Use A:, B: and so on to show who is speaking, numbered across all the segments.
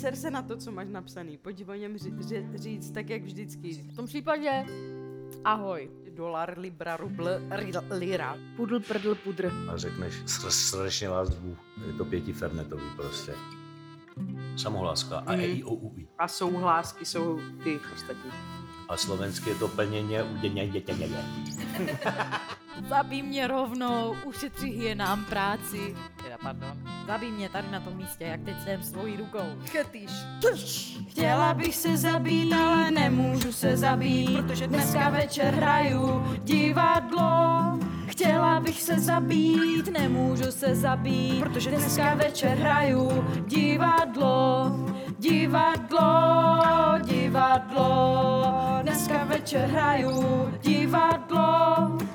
A: Neser se na to, co máš napsaný. Pojď o něm říct tak, jak vždycky.
B: V tom případě ahoj.
A: Dolar, libra, rubl, lira.
B: Pudl, prdl, pudr.
C: A řekneš, srdečně vás zvu. Je to pětifernetový prostě. Samohláska a EIOUI.
A: A souhlásky jsou ty ostatní.
C: A slovenské je to plněně uděně dětěně.
B: Zabij mě rovnou, ušetři hyenám práci. Pardon. Zabij mě tady na tom místě, jak teď jsem svojí rukou. Chytíš.
D: Chtěla bych se zabít, ale nemůžu se zabít, protože dneska večer hraju divadlo. Chtěla bych se zabít, nemůžu se zabít, protože dneska večer hraju divadlo. Divadlo, divadlo, dneska večer hraju divadlo.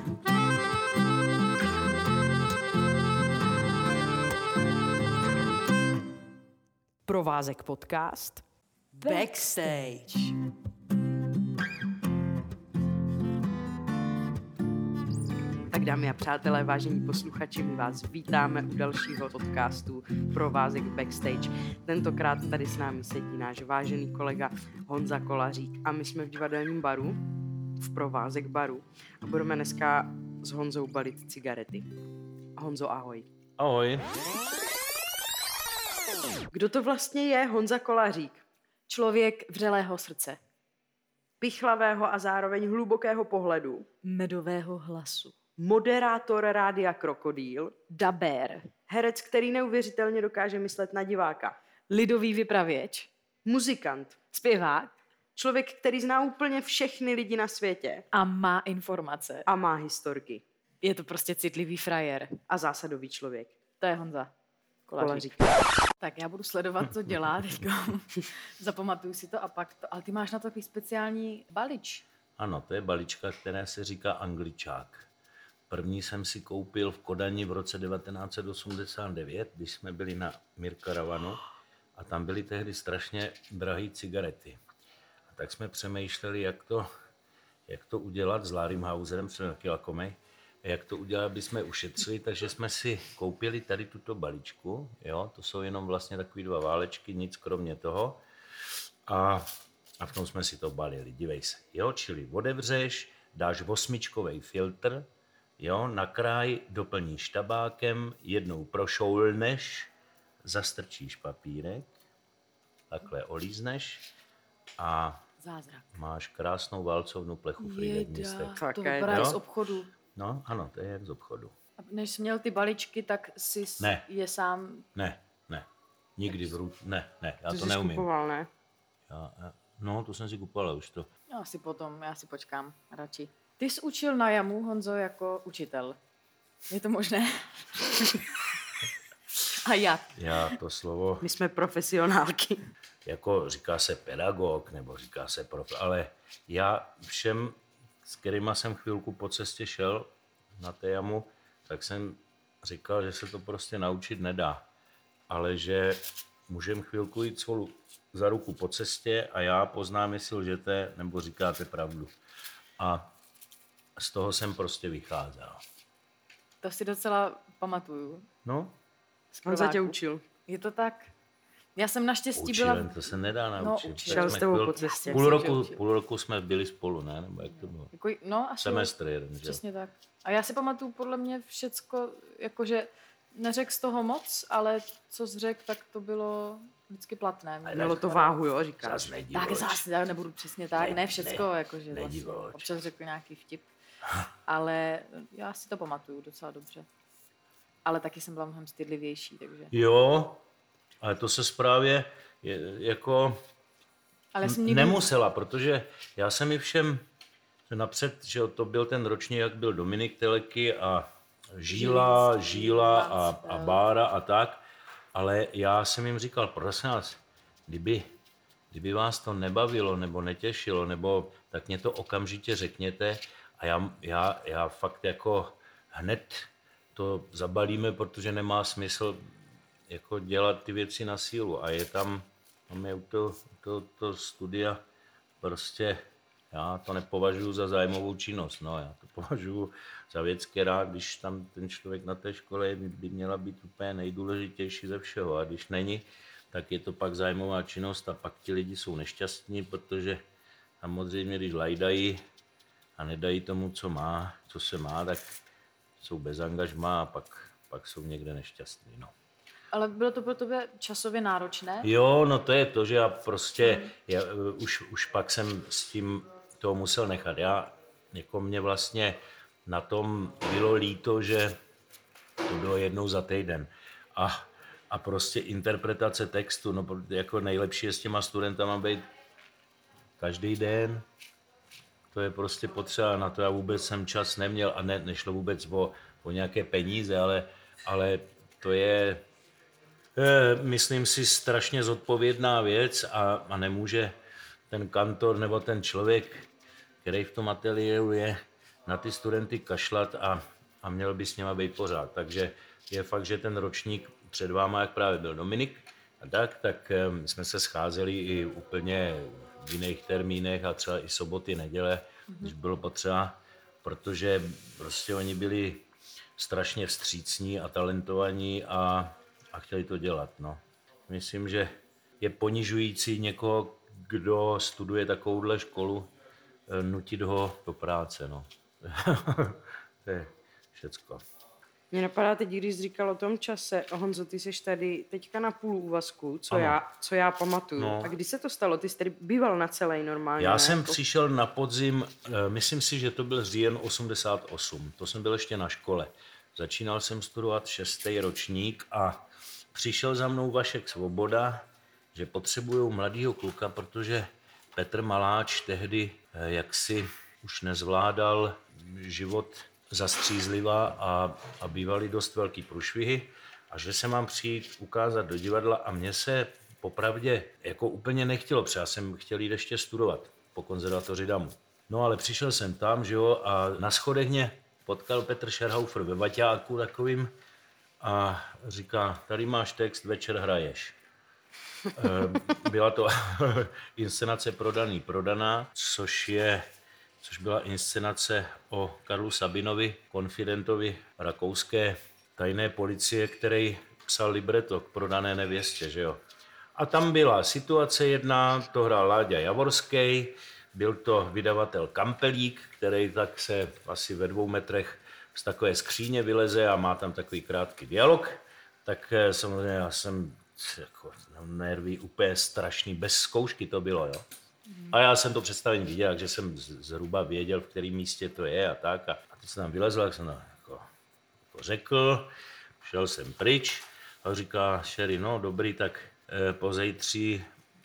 A: Provázek podcast Backstage. Tak dámy a přátelé, vážení posluchači, my vás vítáme u dalšího podcastu Provázek Backstage. Tentokrát tady s námi sedí náš vážený kolega Honza Kolařík a my jsme v divadelním baru, v Provázek baru a budeme dneska s Honzou balit cigarety. Honzo, ahoj.
C: Ahoj.
A: Kdo to vlastně je Honza Kolařík?
B: Člověk vřelého srdce.
A: Pichlavého a zároveň hlubokého pohledu.
B: Medového hlasu.
A: Moderátor rádia Krokodýl.
B: Dabér.
A: Herec, který neuvěřitelně dokáže myslet na diváka.
B: Lidový vypravěč.
A: Muzikant.
B: Zpěvák.
A: Člověk, který zná úplně všechny lidi na světě.
B: A má informace.
A: A má historky.
B: Je to prostě citlivý frajer.
A: A zásadový člověk.
B: To je Honza Kolařík. Tak já budu sledovat, co dělá teďko. Zapamatuju si to a pak to. Ale ty máš na to takový speciální balič.
C: Ano, to je balička, která se říká angličák. První jsem si koupil v Kodani v roce 1989, když jsme byli na Mirkaravanu a tam byly tehdy strašně drahé cigarety. A tak jsme přemýšleli, jak to udělat s Larrym Hauserem, jsem taky lakomej, jak to udělat, aby jsme ušetřili, takže jsme si koupili tady tuto baličku, jo, to jsou jenom vlastně takový dva válečky, nic kromě toho a v tom jsme si to balili, dívej se, jo, čili otevřeš, dáš 8čkovej filtr, jo, na kraj doplníš tabákem, jednou prošoulneš, zastrčíš papírek, takhle olízneš a
B: Zázrak.
C: máš krásnou válcovnu plechu Frýdek Místek.
B: To vypadá z obchodu.
C: No, ano, to je jak z obchodu.
B: A než jsi měl ty baličky, tak jsi je sám...
C: Ne. Nikdy ne, já to
A: jsi
C: neumím.
A: Kupoval, ne?
C: No, to jsem si kupoval už to.
B: Já si počkám radši. Ty jsi učil na jamu, Honzo, jako učitel. Je to možné? A jak?
C: Já to slovo,
A: My jsme profesionálky.
C: jako říká se pedagog, nebo říká se ale já všem, s kterýma jsem chvilku po cestě šel na té jamu, tak jsem říkal, že se to prostě naučit nedá. Ale že můžeme chvilku jít spolu za ruku po cestě a já poznám, jestli lžete nebo říkáte pravdu. A z toho jsem prostě vycházel.
B: To si docela pamatuju.
C: No,
A: Honza tě učil.
B: Je to tak? Já jsem naštěstí
C: učil,
B: byla...
C: to se nedá naučit.
B: učil.
A: Šel s tebou po cestě.
C: Půl roku jsme byli spolu, ne? Nebo jak to bylo?
B: Asi
C: Semestr jeden, že?
B: Přesně tak. A já si pamatuju podle mě všecko, jakože neřekl z toho moc, ale co jsi řekl, tak to bylo vždycky platné.
A: Mělo to váhu, jo, říkáš.
C: Zas nedivoč.
B: Tak zase, já nebudu přesně tak, ne všecko, jakože vlastně
C: nedivoč.
B: občas řekl nějaký vtip. Ale já si to pamatuju docela dobře. Ale taky jsem byla mnohem stydlivější, takže...
C: Jo, ale to se právě jako
B: Ale jsem
C: nemusela, protože já jsem mi všem napřed, že to byl ten ročník, jak byl Dominik Teleky a Žíla a Bára a tak, ale já jsem jim říkal, prosím vás, kdyby vás to nebavilo nebo netěšilo, nebo tak mě to okamžitě řekněte a já fakt jako hned to zabalíme, protože nemá smysl jako dělat ty věci na sílu a je tam u to studia prostě, já to nepovažuji za zájmovou činnost, no, já to považuji za věc, která, když tam ten člověk na té škole by měla být úplně nejdůležitější ze všeho a když není, tak je to pak zájmová činnost a pak ti lidi jsou nešťastní, protože samozřejmě, když lajdají a nedají tomu, co se má, tak jsou bez angažmá a pak jsou někde nešťastní. No.
D: Ale bylo to pro tebe časově náročné?
C: Jo, no to je to, že já prostě, už pak jsem s tím toho musel nechat. Jako mě vlastně na tom bylo líto, že to bylo jednou za týden. A prostě interpretace textu, no jako nejlepší je s těma studentama být každý den. To je prostě potřeba, na to já vůbec jsem čas neměl a nešlo vůbec o nějaké peníze, ale to je, myslím si, strašně zodpovědná věc a nemůže ten kantor nebo ten člověk, který v tom ateliéru je, na ty studenty kašlat a měl by s něma být pořád. Takže je fakt, že ten ročník před váma, jak právě byl Dominik, a tak jsme se scházeli i úplně v jiných termínech a třeba i soboty, neděle, když bylo potřeba, protože prostě oni byli strašně vstřícní a talentovaní a chtěli to dělat. No. Myslím, že je ponižující někoho, kdo studuje takovouhle školu, nutit ho do práce. No. To je všecko.
A: Mě napadá teď, když jsi říkal o tom čase, Honzo, ty jsi tady teďka na půl úvazku, co já pamatuju. No. A kdy se to stalo? Ty jsi tady býval na celé normálně.
C: Já jsem přišel na podzim, myslím si, že to byl říjen 88. To jsem byl ještě na škole. Začínal jsem studovat 6. ročník a přišel za mnou Vašek Svoboda, že potřebují mladýho kluka, protože Petr Maláč tehdy jaksi už nezvládal život zastřízliva a bývaly dost velký průšvihy a že se mám přijít ukázat do divadla a mně se popravdě jako úplně nechtělo, protože já jsem chtěl jít ještě studovat po konzervatoři DAMu. No ale přišel jsem tam, že jo, a na schodech mě potkal Petr Scherhaufer ve vaťáku takovým a říká, tady máš text, večer hraješ. Byla to inscenace Prodaná, což byla inscenace o Karlu Sabinovi, konfidentovi rakouské tajné policie, který psal libreto k Prodané nevěstě, že jo. A tam byla situace jedna, to hrál Láďa Javorský, byl to vydavatel Kampelík, který tak se asi ve 2 metrech z takové skříně vyleze a má tam takový krátký dialog. Tak samozřejmě já jsem jako nervy úplně strašný, bez zkoušky to bylo, jo. A já jsem to představení viděl, takže jsem zhruba věděl, v kterém místě to je a tak. A teď jsem tam vylezl, jak jsem jako řekl, šel jsem pryč a říká Sherry, no dobrý, tak pozejtří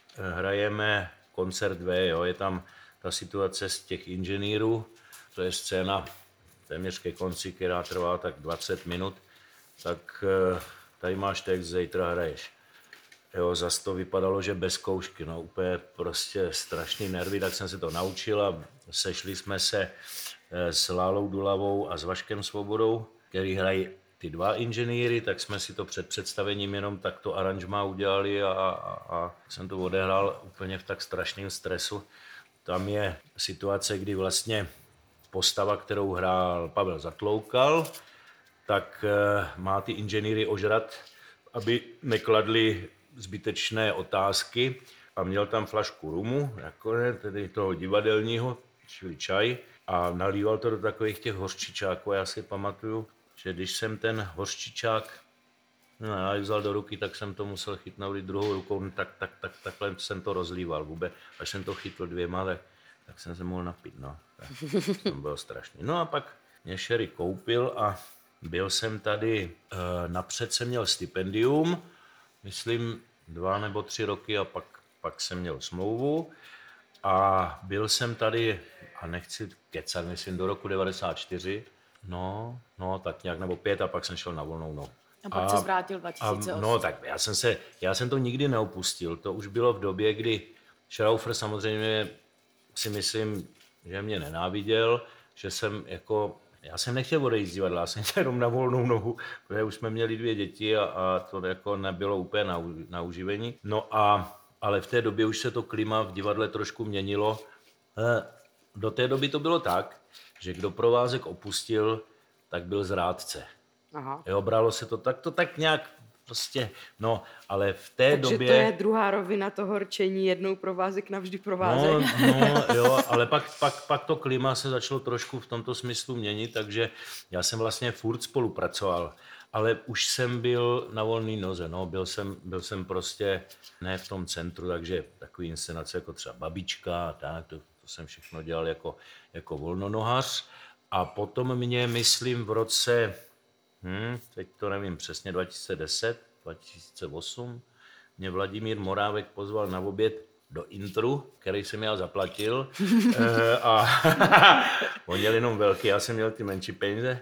C: hrajeme koncert V, jo, je tam ta situace z těch inženýrů, to je scéna téměř ke konci, která trvá tak 20 minut, tak tady máš text, zítra hraješ. Jo, zas to vypadalo, že bez zkoušky, no úplně prostě strašný nervy, tak jsem se to naučil a sešli jsme se s Lálou Dulavou a s Vaškem Svobodou, který hrají ty 2 inženýry, tak jsme si to před představením jenom takto aranžmá udělali a jsem to odehrál úplně v tak strašném stresu. Tam je situace, kdy vlastně postava, kterou hrál Pavel Zatloukal, tak má ty inženýry ožrat, aby nekladli zbytečné otázky a měl tam flašku rumu, jako tedy toho divadelního, čili čaj, a nalíval to do takových těch hořčičáků. Já si pamatuju, že když jsem ten hořčičák vzal do ruky, tak jsem to musel chytnout i druhou rukou, takhle jsem to rozlíval vůbec. Až jsem to chytl 2, tak jsem se mohl napít, no. To bylo strašný. No a pak mě Sherry koupil a byl jsem tady, napřed jsem měl stipendium, myslím 2 nebo 3 roky a pak jsem měl smlouvu a byl jsem tady, a nechci kecat, myslím do roku 94, no tak nějak, nebo 5 a pak jsem šel na volnou nohu.
D: A pak se vrátil 2008.
C: No tak já jsem to nikdy neopustil, to už bylo v době, kdy Scherhaufer samozřejmě si myslím, že mě nenáviděl, že jsem jako, já jsem nechtěl odejít z divadla, já jsem chtěl jenom na volnou nohu, protože už jsme měli 2 děti a to jako nebylo úplně na uživení. No ale v té době už se to klima v divadle trošku měnilo. Do té doby to bylo tak, že kdo provázek opustil, tak byl zrádce.
A: Aha.
C: Jo, bralo se to tak nějak prostě, no, ale v té
A: Takže
C: době...
A: to je druhá rovina toho rčení, jednou provázek, navždy provázek.
C: No, jo, ale pak to klima se začalo trošku v tomto smyslu měnit, takže já jsem vlastně furt spolupracoval, ale už jsem byl na volné noze, no, byl jsem prostě ne v tom centru, takže takový inscenace jako třeba Babička a tak, to jsem všechno dělal jako volnonohař a potom mě, myslím, v roce, teď to nevím přesně, 2010, 2008, mě Vladimír Morávek pozval na oběd do Intru, který jsem já zaplatil. A on měl jenom velký, já jsem měl ty menší peníze.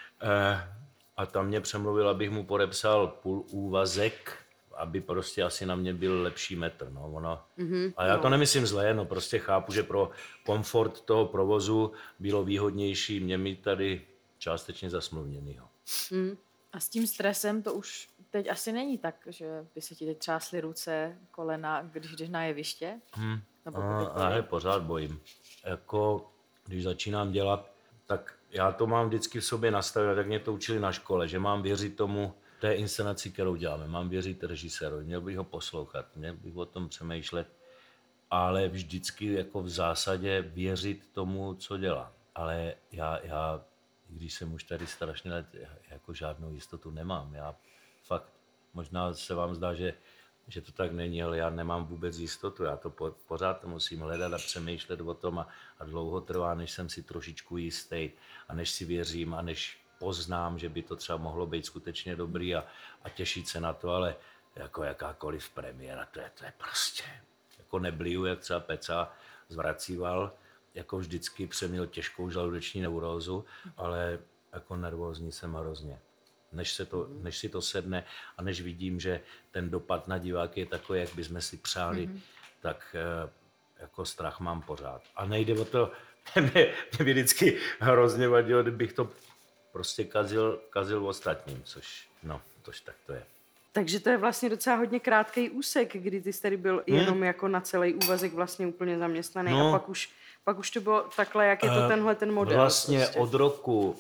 C: A tam mě přemluvil, abych mu podepsal půl úvazek, aby prostě asi na mě byl lepší metr. No, a já to nemyslím zlé, no prostě chápu, že pro komfort toho provozu bylo výhodnější mě mít tady částečně zasmluvněnýho.
D: A s tím stresem to už teď asi není tak, že by se ti teď třásly ruce, kolena, když jdeš na jeviště?
C: Já pořád bojím. Jako, když začínám dělat, tak já to mám vždycky v sobě nastavené, tak mě to učili na škole, že mám věřit tomu, té inscenaci, kterou děláme, mám věřit režisérovi, měl bych ho poslouchat, měl bych o tom přemýšlet, ale vždycky jako v zásadě věřit tomu, co dělá. Ale já když jsem už tady strašně let, jako žádnou jistotu nemám. Já fakt, možná se vám zdá, že to tak není, ale já nemám vůbec jistotu. Já to pořád musím hledat a přemýšlet o tom a dlouho trvá, než jsem si trošičku jistý a než si věřím a než poznám, že by to třeba mohlo být skutečně dobrý a těšit se na to, ale jako jakákoliv premiéra, to je prostě, jako nebliju, jak třeba Peca zvracíval, jako vždycky přeměl těžkou žaludeční neurózu, ale jako nervózní jsem hrozně. Než si to sedne a než vidím, že ten dopad na diváky je takový, jak bychom si přáli, tak jako strach mám pořád. A nejde o to, mě vždycky hrozně vadilo, kdybych to prostě kazil ostatním, což tak to je.
A: Takže to je vlastně docela hodně krátký úsek, kdy ty jsi tady byl jenom jako na celý úvazek vlastně úplně zaměstnaný a pak už to bylo takhle, jak je to ten model.
C: Vlastně
A: prostě.
C: od roku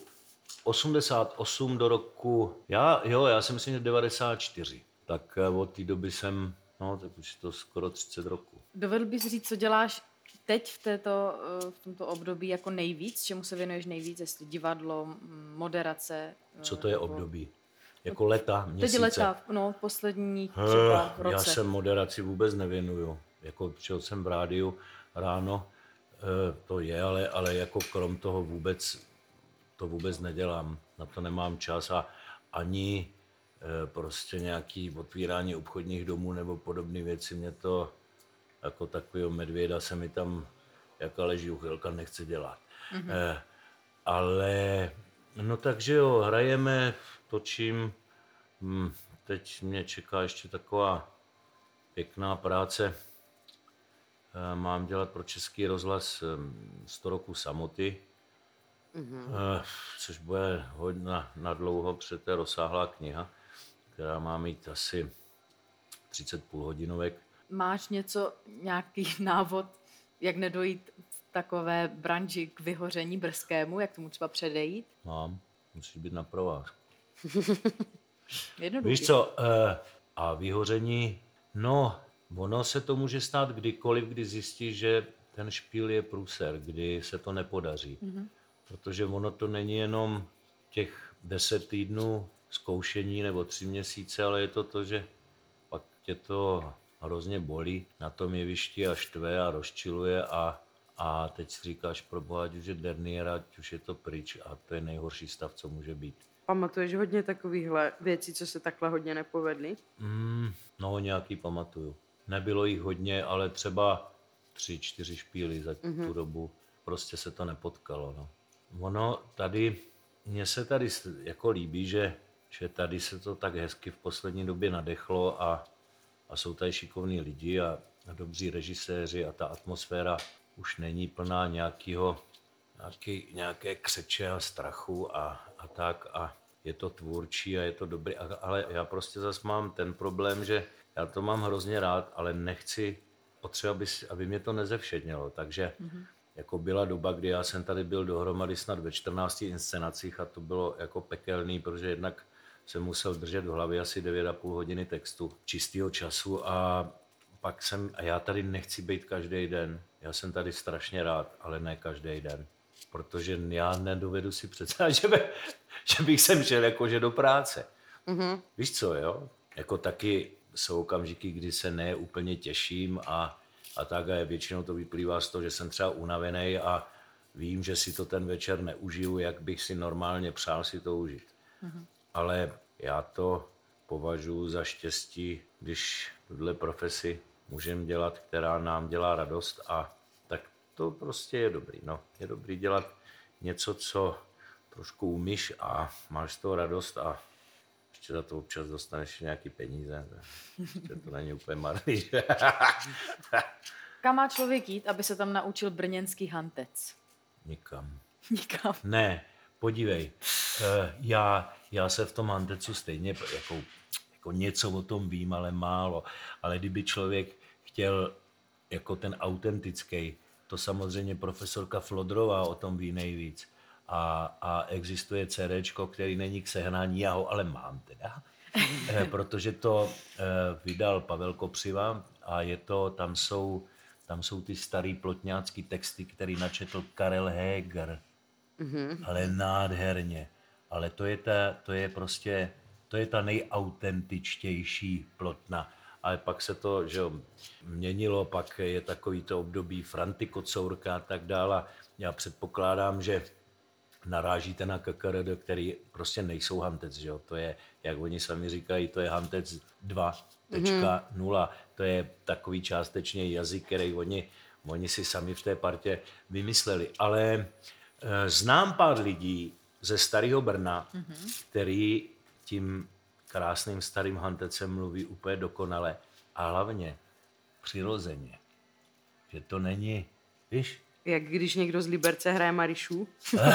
C: 88 do roku, já si myslím, že 94. Tak od té doby jsem, tak už to skoro 30 roku.
D: Dovedl bys říct, co děláš teď v tomto období jako nejvíc? Čemu se věnuješ nejvíc? Jestli divadlo, moderace?
C: Co to je období? Jako leta, měsíce?
D: Teď leta, poslední třeba roce.
C: Já se moderaci vůbec nevěnuju. Jako přišel jsem v rádiu ráno, to je, ale jako krom toho vůbec nedělám. Na to nemám čas a ani prostě nějaký otvírání obchodních domů nebo podobné věci. Mě to jako takového medvěda se mi tam, jaká leží uchylka, nechce dělat. Ale takže jo, hrajeme, točím. Teď mě čeká ještě taková pěkná práce. Mám dělat pro Český rozhlas 100 roků samoty, což bude hodně na dlouho, protože to je rozsáhlá kniha, která má mít asi 30 půlhodinovek.
D: Máš nějaký návod, jak nedojít v takové branži k vyhoření brzkému, jak tomu třeba předejít?
C: Mám, musí být na provázku.
D: Jednoduchý.
C: Víš co, a vyhoření, ono se to může stát kdykoliv, kdy zjistíš, že ten špíl je průser, kdy se to nepodaří. Protože ono to není jenom těch 10 týdnů zkoušení nebo 3 měsíce, ale je to, že pak tě to hrozně bolí na tom jevišti a štve a rozčiluje a teď si říkáš, proboha, ať už je derniér, ať už je to pryč a to je nejhorší stav, co může být.
A: Pamatuješ hodně takovýchhle věcí, co se takhle hodně nepovedly?
C: Nějaký pamatuju. Nebylo jich hodně, ale třeba 3-4 špíly za tu dobu. Prostě se to nepotkalo. Ono tady, mně se tady jako líbí, že tady se to tak hezky v poslední době nadechlo a jsou tady šikovní lidi a dobří režiséři a ta atmosféra už není plná nějaké křeče a strachu a tak a je to tvůrčí a je to dobrý, ale já prostě zase mám ten problém, že já to mám hrozně rád, ale potřeba, aby mě to nezevšednilo, takže jako byla doba, kdy já jsem tady byl dohromady snad ve 14 inscenacích a to bylo jako pekelný, protože jednak jsem musel držet v hlavě asi 9,5 hodiny textu, čistého času a já tady nechci být každý den. Já jsem tady strašně rád, ale ne každý den. Protože já nedovedu si představit, že bych sem šel jakože do práce. Mm-hmm. Víš co, jo? Jako taky jsou okamžiky, kdy se ne úplně těším a tak a většinou to vyplývá z toho, že jsem třeba unavený a vím, že si to ten večer neužiju, jak bych si normálně přál si to užít. Mm-hmm. Ale já to považuji za štěstí, když tuhle profesi můžeme dělat, která nám dělá radost a tak to prostě je dobrý. No. Je dobrý dělat něco, co trošku umíš a máš z toho radost a ještě za to občas dostaneš nějaký peníze. To není úplně marný.
D: Kam má člověk jít, aby se tam naučil brněnský hantec?
C: Nikam.
D: Nikam.
C: Ne, podívej, já se v tom hantecu stejně jako něco o tom vím, ale málo. Ale kdyby člověk chtěl jako ten autentický, to samozřejmě profesorka Flodrová o tom ví nejvíc. A existuje CDčko, který není k sehnání, já ho ale mám teda, protože to vydal Pavel Kopřiva a tam jsou ty starý plotňácký texty, který načetl Karel Heger. Mm-hmm. Ale nádherně. Ale to je ta nejautentičtější plotna. Ale pak se to, že jo, měnilo, pak je takový to období Franty Kocourka a tak dále. Já předpokládám, že narážíte na KKRD, který prostě nejsou hantec, že jo. To je, jak oni sami říkají, to je hantec 2.0. To je takový částečně jazyk, který oni si sami v té partě vymysleli. Ale znám pár lidí ze starého Brna, který tím krásným starým hantecem mluví úplně dokonale a hlavně přirozeně. Že to není, víš?
A: Jak když někdo z Liberce hraje Marišu?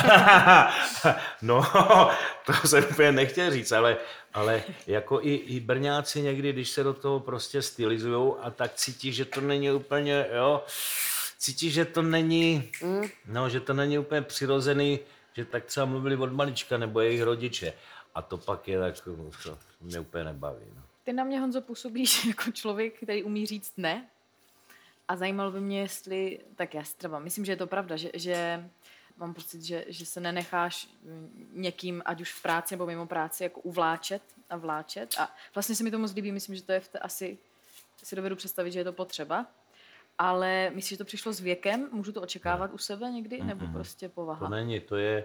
C: No, to jsem úplně nechtěl říct, ale jako i Brňáci někdy, když se do toho prostě stylizujou a tak cítí, že to není úplně, jo, cítí, že to není, že to není úplně přirozený, že tak třeba mluvili od malička nebo jejich rodiče. A to pak je tak, to mě úplně nebaví. No.
D: Ty na mě, Honzo, působíš jako člověk, který umí říct ne. A zajímalo by mě, jestli, tak já třeba myslím, že je to pravda, že mám pocit, že se nenecháš někým, ať už v práci nebo mimo práci, jako uvláčet a vláčet. A vlastně se mi to moc líbí, myslím, že to je asi si dovedu představit, že je to potřeba. Ale myslíš, že to přišlo s věkem? Můžu to očekávat u sebe někdy? Nebo prostě povaha?
C: To není, to je...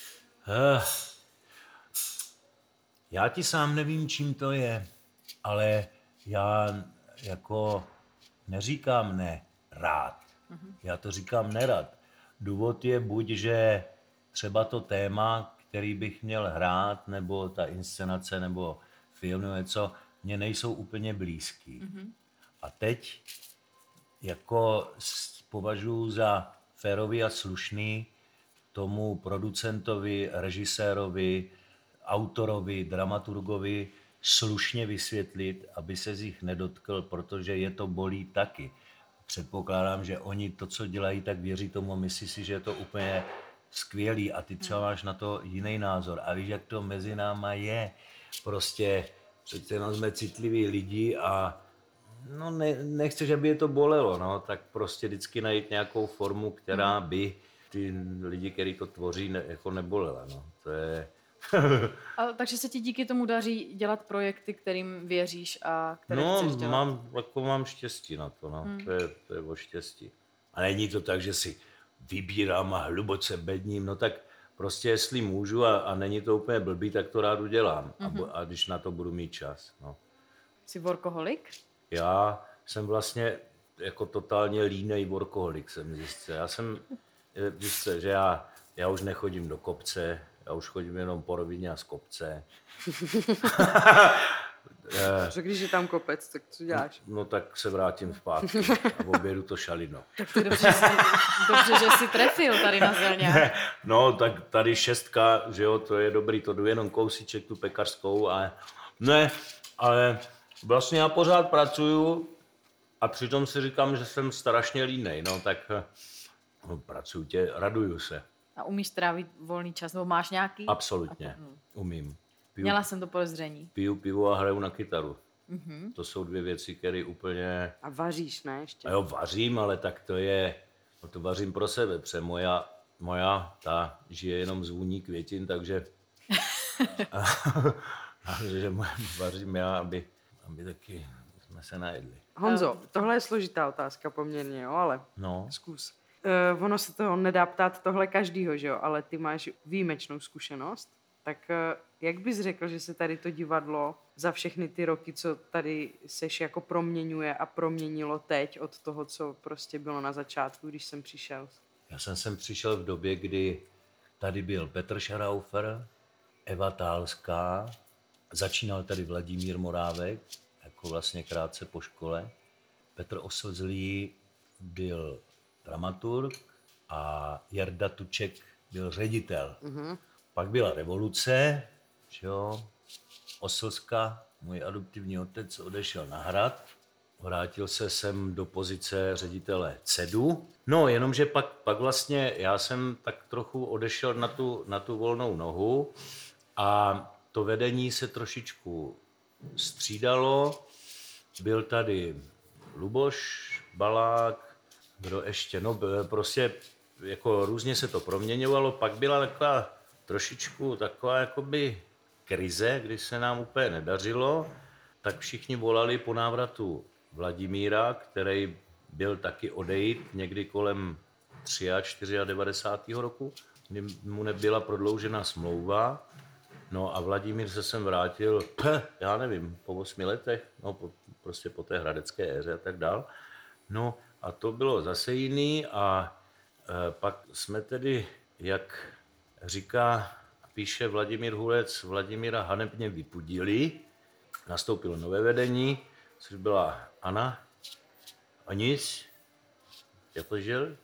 C: Já ti sám nevím, čím to je, ale já jako neříkám ne rád. Já to říkám nerad. Důvod je buď, že třeba to téma, který bych měl hrát, nebo ta inscenace, nebo film, nebo něco, mě nejsou úplně blízký. A teď jako považuji za férový a slušný tomu producentovi, režisérovi, autorovi, dramaturgovi slušně vysvětlit, aby se z jich nedotkl, protože je to bolí taky. Předpokládám, že oni to, co dělají, tak věří tomu a myslí si, že je to úplně skvělý a ty třeba máš na to jiný názor. A víš, jak to mezi náma je. Prostě přece jenom jsme citliví lidi a no nechceš, aby je to bolelo, no, tak prostě vždycky najít nějakou formu, která by ty lidi, kteří to tvoří, jako nebolela, no. To je...
D: Takže se ti díky tomu daří dělat projekty, kterým věříš a které chceš dělat?
C: Mám štěstí na to, no. To je o štěstí. A není to tak, že si vybírám a hluboce bedním, no tak prostě jestli můžu a není to úplně blbý, tak to rád udělám. A když na to budu mít čas, no.
D: Jsi workoholik?
C: Já jsem vlastně jako totálně línej workoholik, jsem zjistil. Já jsem, víš co, že já už nechodím do kopce, já už chodím jenom po rovině a z kopce.
A: Co když je tam kopec, tak co děláš?
C: No tak se vrátím zpátky a objedu to šalino.
D: Tak to je dobře, že jsi trefil tady na Zelňák.
C: No tak tady 6, že jo, to je dobrý, to jdu jenom kousíček tu pekařskou a ne, ale vlastně já pořád pracuju a přitom si říkám, že jsem strašně línej, no tak pracuju raduju se.
D: A umíš trávit volný čas, nebo máš nějaký?
C: Absolutně, umím.
D: Měla jsem to podezření.
C: Piju pivo a hraju na kytaru. To jsou 2 věci, které úplně...
A: A vaříš, ne, ještě?
C: A jo, vařím, ale tak to je... No to vařím pro sebe, protože moja ta žije jenom z vůní květin, takže... že vařím já, aby taky jsme se najedli.
A: Honzo, tohle je složitá otázka poměrně, jo, ale
C: No.
A: zkus. Ono se toho nedá ptát tohle každýho, že jo, ale ty máš výjimečnou zkušenost, tak jak bys řekl, že se tady to divadlo za všechny ty roky, co tady seš jako proměňuje a proměnilo teď od toho, co prostě bylo na začátku, když jsem přišel?
C: Já jsem sem přišel v době, kdy tady byl Petr Šaraufer, Eva Tálská, začínal tady Vladimír Morávek, jako vlastně krátce po škole. Petr Oslzlý byl dramaturg a Jarda Tuček byl ředitel. Pak byla revoluce, že jo, Oslzka, můj adoptivní otec, odešel na Hrad, vrátil se sem do pozice ředitele CEDu. No, jenomže pak vlastně já jsem tak trochu odešel na tu volnou nohu a to vedení se trošičku střídalo. Byl tady Luboš Balák, kdo ještě, no prostě jako různě se to proměňovalo. Pak byla taková trošičku taková jakoby krize, kdy se nám úplně nedařilo, tak všichni volali po návratu Vladimíra, který byl taky odejít někdy kolem 93. roku, kdy mu nebyla prodloužena smlouva. No a Vladimír se sem vrátil, já nevím, po 8 letech, no prostě po té hradecké éře a tak dál. No a to bylo zase jiný a pak jsme tedy, jak říká, píše Vladimír Hulec, Vladimíra hanebně vypudili, nastoupilo nové vedení, což byla Anna Anic, Jakožil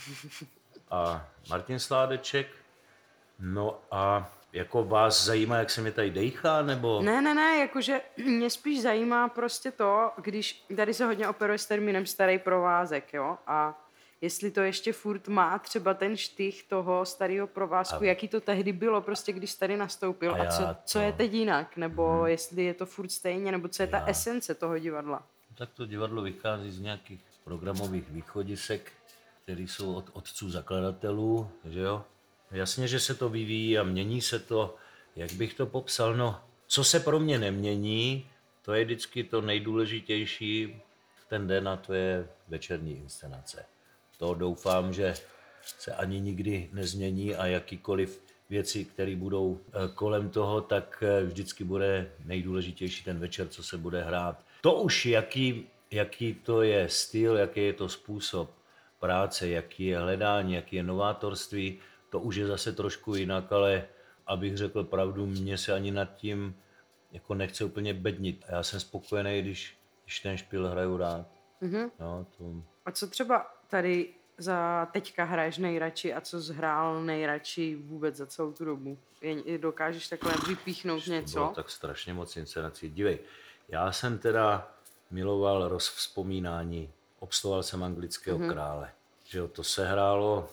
C: a Martin Sládeček. No a jako vás zajímá, jak se mi tady dejchá, nebo?
A: Ne, jakože mě spíš zajímá prostě to, když tady se hodně operuje s termínem starý provázek, jo, a jestli to ještě furt má třeba ten štych toho starého provázku, jaký to tehdy bylo, prostě když tady nastoupil a co je teď jinak, nebo jestli je to furt stejně, nebo co je ta esence toho divadla.
C: Tak to divadlo vychází z nějakých programových východisek, které jsou od otců zakladatelů, že jo. Jasně, že se to vyvíjí a mění se to, jak bych to popsal, no, co se pro mě nemění, to je vždycky to nejdůležitější v ten den a to je večerní inscenace. To doufám, že se ani nikdy nezmění a jakýkoliv věci, které budou kolem toho, tak vždycky bude nejdůležitější ten večer, co se bude hrát. To už, jaký to je styl, jaký je to způsob práce, jaký je hledání, jaký je novátorství, to už je zase trošku jinak, ale abych řekl pravdu, mě se ani nad tím jako nechce úplně bednit. A já jsem spokojený, když ten špil hraju rád. No, to...
A: A co třeba tady za teďka hraješ nejradši a co zhrál nejradši vůbec za celou tu dobu? Dokážeš takhle vypíchnout něco?
C: Bylo tak strašně moc inscenací. Dívej, já jsem teda miloval rozvzpomínání. Obsluhoval jsem Anglického krále. Že jo, to se hrálo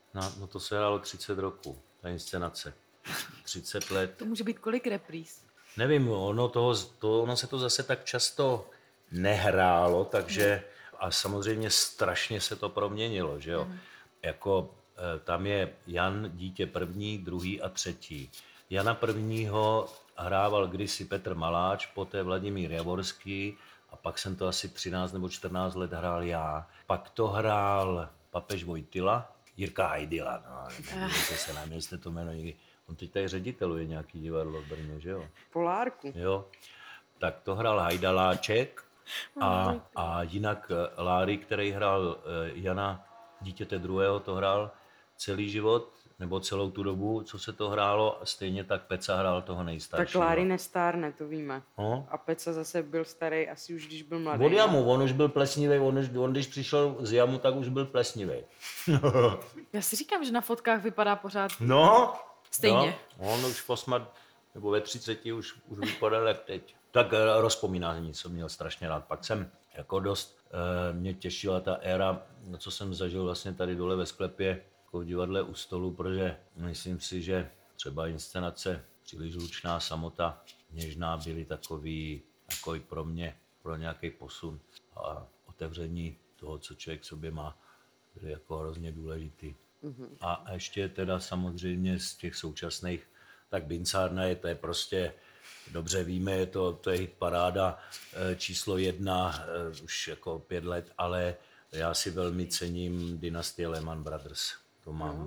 C: 30 roků, ta inscenace. 30 let.
D: To může být kolik repríz?
C: Nevím, ono se to zase tak často nehrálo, takže a samozřejmě strašně se to proměnilo, že jo. Jako tam je Jan dítě první, druhý a třetí. Jana prvního hrával kdysi Petr Maláč, poté Vladimír Javorský a pak jsem to asi 13 nebo 14 let hrál já. Pak to hrál papež Vojtila, Jirka Hajdila, no, nevím, se nám, jestli to jméno někdy. On teď tady řediteluje nějaký divadlo v Brně, že jo?
A: Polárku.
C: Jo, tak to hrál Hajdaláček a jinak Láry, který hrál Jana dítěte druhého, to hrál celý život, nebo celou tu dobu, co se to hrálo, a stejně tak Peca hrál toho nejstaršího.
A: Tak Láry nestárne, to víme.
C: No?
A: A Peca zase byl starý asi už, když byl mladý.
C: Od jamu, on už byl plesnivý, on když přišel z jamu, tak už byl plesnivý.
D: Já si říkám, že na fotkách vypadá pořád
C: No,
D: stejně.
C: No, on už nebo ve 30 už vypadal jak teď. Tak rozpomínání jsem měl strašně rád. Pak jsem jako dost mě těšila ta éra, co jsem zažil vlastně tady dole ve sklepě, jako v divadle u stolu, protože myslím si, že třeba inscenace Příliš hlučná, Samota, Něžná byly takový pro mě, pro nějaký posun a otevření toho, co člověk v sobě má, byly jako hrozně důležitý. A ještě teda samozřejmě z těch současných, tak Bincárna to je prostě, dobře víme, to je hit paráda číslo 1 už jako 5 let, ale já si velmi cením dynastie Lehman Brothers. To mám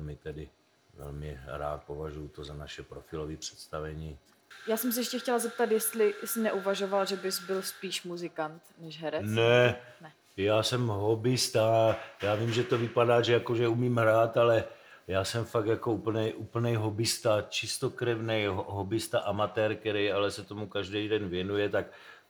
C: velmi rád, považuji to za naše profilové představení.
D: Já jsem se ještě chtěla zeptat, jestli jsi neuvažoval, že bys byl spíš muzikant než herec?
C: Ne. Já jsem hobbysta, já vím, že to vypadá, že umím hrát, ale já jsem fakt jako úplnej hobbysta, čistokrevnej hobbysta, amatér, který ale se tomu každý den věnuje, tak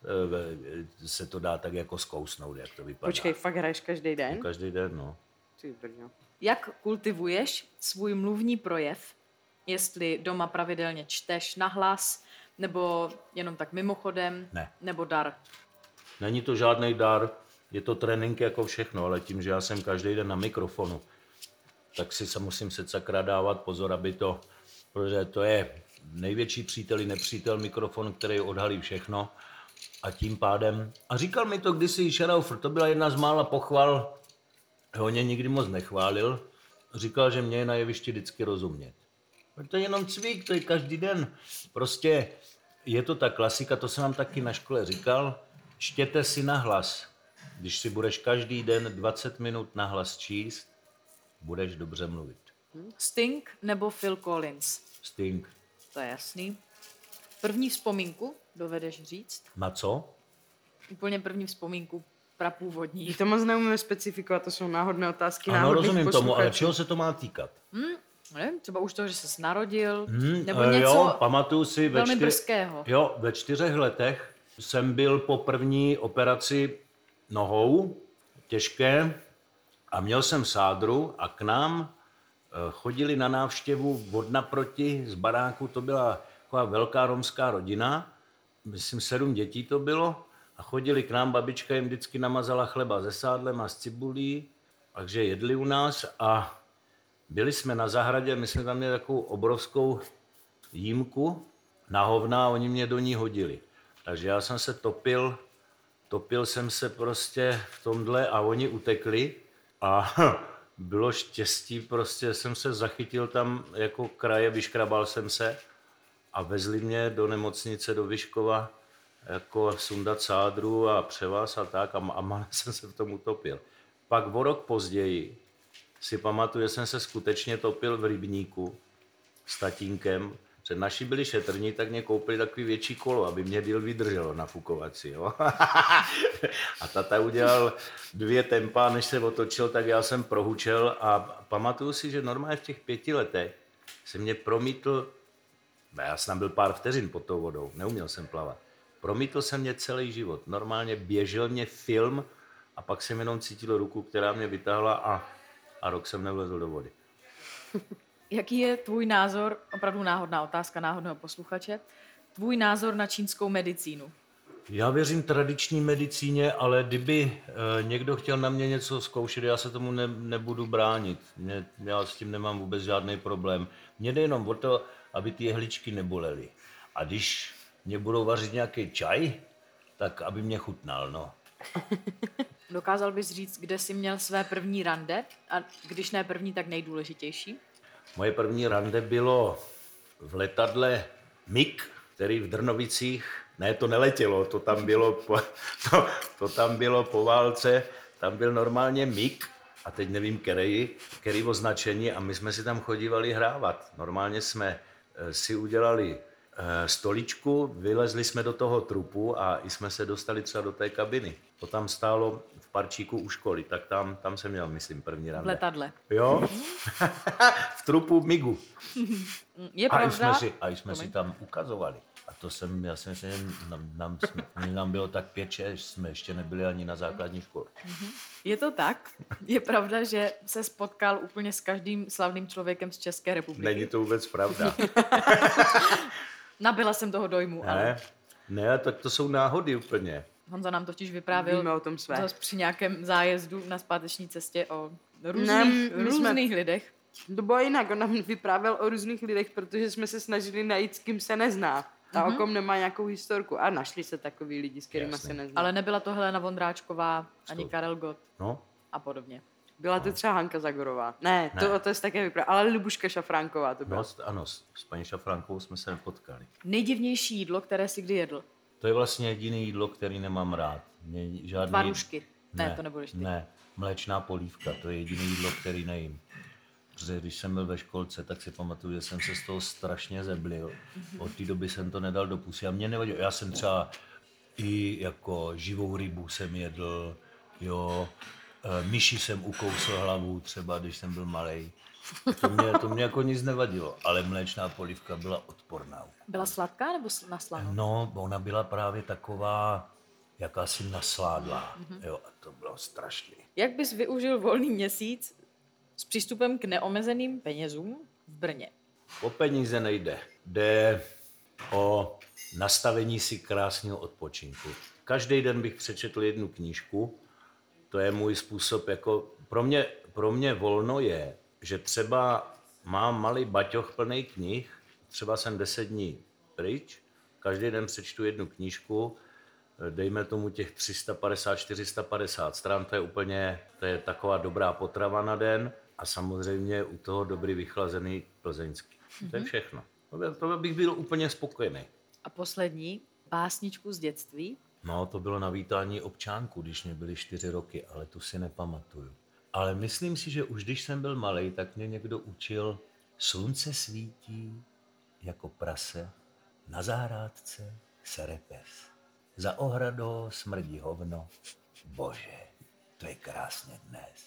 C: se to dá tak jako zkousnout, jak to vypadá.
A: Počkej, fakt hraješ každý den?
C: Každý den, no.
A: Ty brňo.
D: Jak kultivuješ svůj mluvní projev? Jestli doma pravidelně čteš nahlas, nebo jenom tak mimochodem,
C: Ne.
D: nebo dar?
C: Není to žádný dar, je to trénink jako všechno, ale tím, že já jsem každý den na mikrofonu, tak si se musím sakra dávat pozor, protože to je největší přítel i nepřítel mikrofon, který odhalí všechno a tím pádem, a říkal mi to kdysi Šeraufer, to byla jedna z mála pochval, ho mě nikdy moc nechválil, říkal, že mě je na jevišti vždycky rozumět. To je jenom cvik, to je každý den. Prostě je to ta klasika, to jsem vám taky na škole říkal, čtěte si nahlas. Když si budeš každý den 20 minut nahlas číst, budeš dobře mluvit.
D: Sting nebo Phil Collins?
C: Sting.
D: To je jasný. První vzpomínku dovedeš říct?
C: Na co?
D: Úplně první vzpomínku prapůvodní.
A: My to moc neumíme specifikovat, to jsou náhodné otázky
C: Ano,
A: náhodných
C: rozumím tomu, ale
A: posluchačů.
C: čeho se to má týkat?
D: Nevím, třeba už toho, že ses narodil, nebo něco
C: Jo, pamatuju si,
D: velmi brzkého.
C: Jo, ve 4 letech jsem byl po první operaci nohou, těžké, a měl jsem sádru a k nám chodili na návštěvu od naproti z baráku, to byla taková velká romská rodina, myslím 7 dětí to bylo, a chodili k nám, babička jim vždycky namazala chleba se sádlem a s cibulí, takže jedli u nás a byli jsme na zahradě, my jsme tam měli takovou obrovskou jímku na hovna a oni mě do ní hodili. Takže já jsem se topil jsem se prostě v tomhle a oni utekli a bylo štěstí, prostě jsem se zachytil tam jako kraje, vyškrabal jsem se a vezli mě do nemocnice do Vyškova jako sundat sádru a převaz a tak a málo jsem se v tom utopil. Pak o rok později si pamatuju, že jsem se skutečně topil v rybníku s tatínkem. Před naši byli šetrní, tak mě koupili takový větší kolo, aby mě díl vydrželo na fukovací. Jo? A tata udělal 2 tempa, než se otočil, tak já jsem prohučel a pamatuju si, že normálně v těch 5 letech se mě promítl, já jsem tam byl pár vteřin pod tou vodou, neuměl jsem plavat. Promítl se mě celý život, normálně běžel mě film a pak jsem jenom cítil ruku, která mě vytáhla a rok jsem nevlezl do vody.
D: Jaký je tvůj názor, opravdu náhodná otázka náhodného posluchače, tvůj názor na čínskou medicínu?
C: Já věřím tradiční medicíně, ale kdyby někdo chtěl na mě něco zkoušet, já se tomu nebudu bránit. Já s tím nemám vůbec žádný problém. Mně jde jenom o to, aby ty jehličky nebolely. A když mě budou vařit nějaký čaj, tak aby mě chutnal, no.
D: Dokázal bys říct, kde jsi měl své první rande? A když ne první, tak nejdůležitější?
C: Moje první rande bylo v letadle MiG, který v Drnovicích, ne, to neletělo, to tam bylo po válce, tam byl normálně MiG, a teď nevím, který označení, a my jsme si tam chodívali hrávat. Normálně jsme si udělali stoličku, vylezli jsme do toho trupu a i jsme se dostali třeba do té kabiny. To tam stálo v parčíku u školy, tak tam jsem měl, myslím, první rande.
D: V letadle.
C: Jo, v trupu MiGu.
D: Je pravda?
C: A jsme si tam ukazovali. A to já si myslím, že nám bylo tak 5-6, jsme ještě nebyli ani na základní škole.
D: Je to tak? Je pravda, že se spotkal úplně s každým slavným člověkem z České republiky?
C: Není to vůbec pravda.
D: Nabyla jsem toho dojmu, ale...
C: Ne, tak to jsou náhody úplně.
D: Honza nám totiž vyprávěl
A: Víme o tom své.
D: při nějakém zájezdu na zpáteční cestě o různých lidech.
A: To bylo jinak, on nám vyprávěl o různých lidech, protože jsme se snažili najít, s kým se nezná. A o kom nemá nějakou historku. A našli se takový lidi, s kterými se nezná.
D: Ale nebyla to Helena Vondráčková, ani Karel Gott
C: No,
D: a podobně.
A: Byla to třeba Hanka Zagorová. Ne. To je také vyprávěl. Ale Lubuška Šafránková to byla.
C: no, ano, s paní Šafránkovou jsme se nepotkali.
D: Nejdivnější jídlo, které jsi kdy jedl?
C: To je vlastně jediné jídlo, který nemám rád. Žádný...
D: Tvarušky. Ne, to nebudeš ty.
C: Ne, mléčná polívka, to je jediné jídlo, který nejím. Protože když jsem byl ve školce, tak si pamatuju, že jsem se z toho strašně zeblil. Od té doby jsem to nedal do pusy a mě nevadilo. Já jsem třeba i jako živou rybu jsem jedl, jo, myši jsem ukousl hlavu třeba, když jsem byl malej. To mě jako nic nevadilo, ale mléčná polívka byla odporná.
D: Byla sladká nebo na slano?
C: No, ona byla právě taková, jakási nasládlá, jo, a to bylo strašný.
D: Jak bys využil volný měsíc s přístupem k neomezeným penězům v Brně?
C: O peníze nejde. Jde o nastavení si krásného odpočinku. Každý den bych přečetl jednu knížku. To je můj způsob, jako pro mě volno je, že třeba mám malý baťoch plný knih, třeba jsem 10 dní pryč, každý den přečtu jednu knížku, dejme tomu těch 350-450 stran, to je taková dobrá potrava na den a samozřejmě u toho dobrý vychlazený plzeňský. To je všechno. To bych byl úplně spokojený.
D: A poslední, básničku z dětství.
C: No, to bylo na vítání občánku, když mě byly 4 roky, ale tu si nepamatuju. Ale myslím si, že už když jsem byl malej, tak mě někdo učil: slunce svítí jako prase, na zahrádce sere pes. Za ohradou smrdí hovno, bože, to je krásně dnes.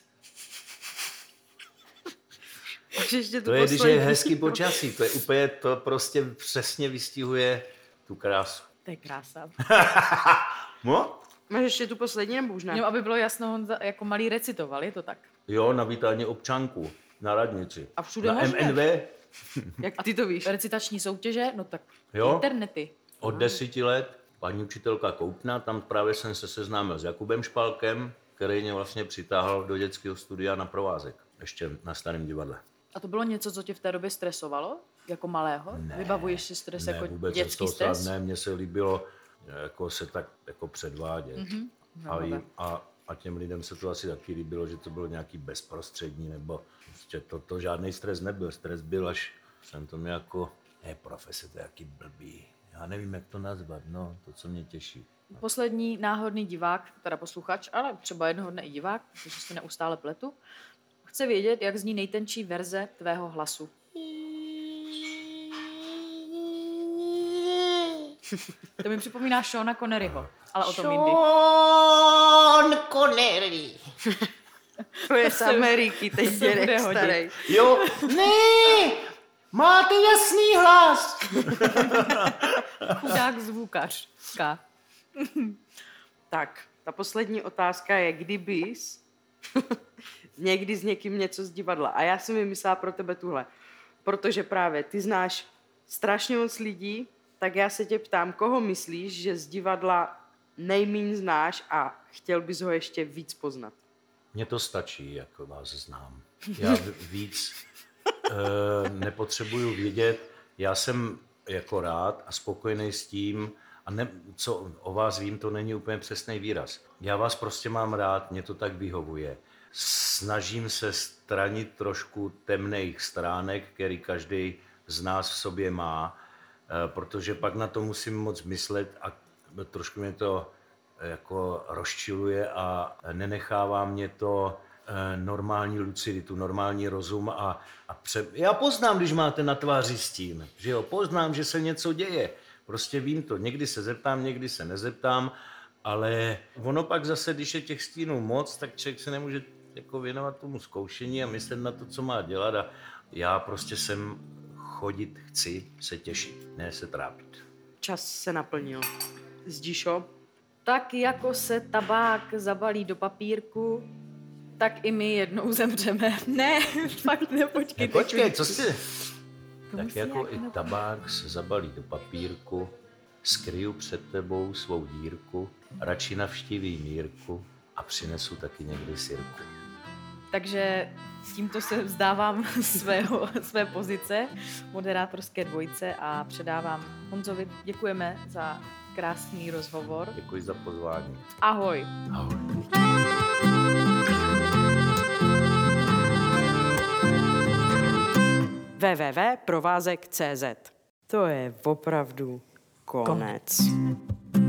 A: To
C: je, když je hezký počasí, to je úplně, to prostě přesně vystihuje tu krásu.
D: To je krása.
C: No?
A: Máš ještě tu poslední, nebo už ne?
D: Jenom aby bylo jasno, Honza jako malý recitoval, je to tak?
C: Jo, na vítání občanku, na radnici.
A: A všude
C: na
A: možné.
C: MNV.
A: Jak ty to víš?
D: Recitační soutěže? No tak
C: Jo?
D: internety.
C: Od 10 let paní učitelka Koupna, tam právě jsem se seznámil s Jakubem Špalkem, který mě vlastně přitáhl do dětského studia na provázek, ještě na Starém divadle.
D: A to bylo něco, co tě v té době stresovalo? Jako malého?
C: Ne,
D: Vybavuješ si stres jako
C: vůbec
D: dětský stres?
C: Ne, mně se líbilo jako se tak jako předvádět.
D: Mm-hmm.
C: A těm lidem se to asi taky líbilo, že to bylo nějaký bezprostřední, nebo prostě to žádný stres nebyl. Stres byl, až jsem to měl jako, profese, to je jaký blbý. Já nevím, jak to nazvat, no, to, co mě těší.
D: Poslední náhodný divák, teda posluchač, ale třeba jednoho dne i divák, protože se neustále pletu, chce vědět, jak zní nejtenčí verze tvého hlasu. To mi připomíná Seana Conneryho, ale o tom jindy.
E: Sean Connery.
A: To je z Ameriky, ten dědek starý.
C: Jo,
E: Ne, máte jasný hlas.
D: Chudák zvukařka.
A: Tak, ta poslední otázka je, kdybys někdy s někým něco z divadla. A já jsem vymyslela pro tebe tuhle. Protože právě ty znáš strašně moc lidí, tak já se tě ptám, koho myslíš, že z divadla nejmíň znáš a chtěl bys ho ještě víc poznat?
C: mně to stačí, jako vás znám. Já víc nepotřebuju vědět. Já jsem jako rád a spokojený s tím, a ne, co o vás vím, to není úplně přesný výraz. Já vás prostě mám rád, mě to tak vyhovuje. Snažím se stranit trošku temných stránek, který každý z nás v sobě má, protože pak na to musím moc myslet a trošku mě to jako rozčiluje a nenechává mě to normální luciditu, normální rozum já poznám, když máte na tváři stín, že jo, poznám, že se něco děje, prostě vím to, někdy se zeptám, někdy se nezeptám, ale ono pak zase, když je těch stínů moc, tak člověk se nemůže jako věnovat tomu zkoušení a myslet na to, co má dělat a já prostě sem chodit chci, se těšit, ne se trápit.
A: Čas se naplnil. Zdišo?
D: Tak jako se tabák zabalí do papírku, tak i my jednou zemřeme. Ne, fakt nepočkej.
C: Počkej, co jsi? Tak
D: musí
C: jako
D: jak
C: i tabák se zabalí do papírku, skryju před tebou svou dírku, radši navštíví Mírku a přinesu taky někdy sirku.
D: Takže tímto se vzdávám své pozice moderátorské dvojice a předávám Honzovi. Děkujeme za krásný rozhovor.
C: Děkuji za pozvání.
D: Ahoj.
C: Ahoj.
A: www.provázek.cz. To je opravdu konec.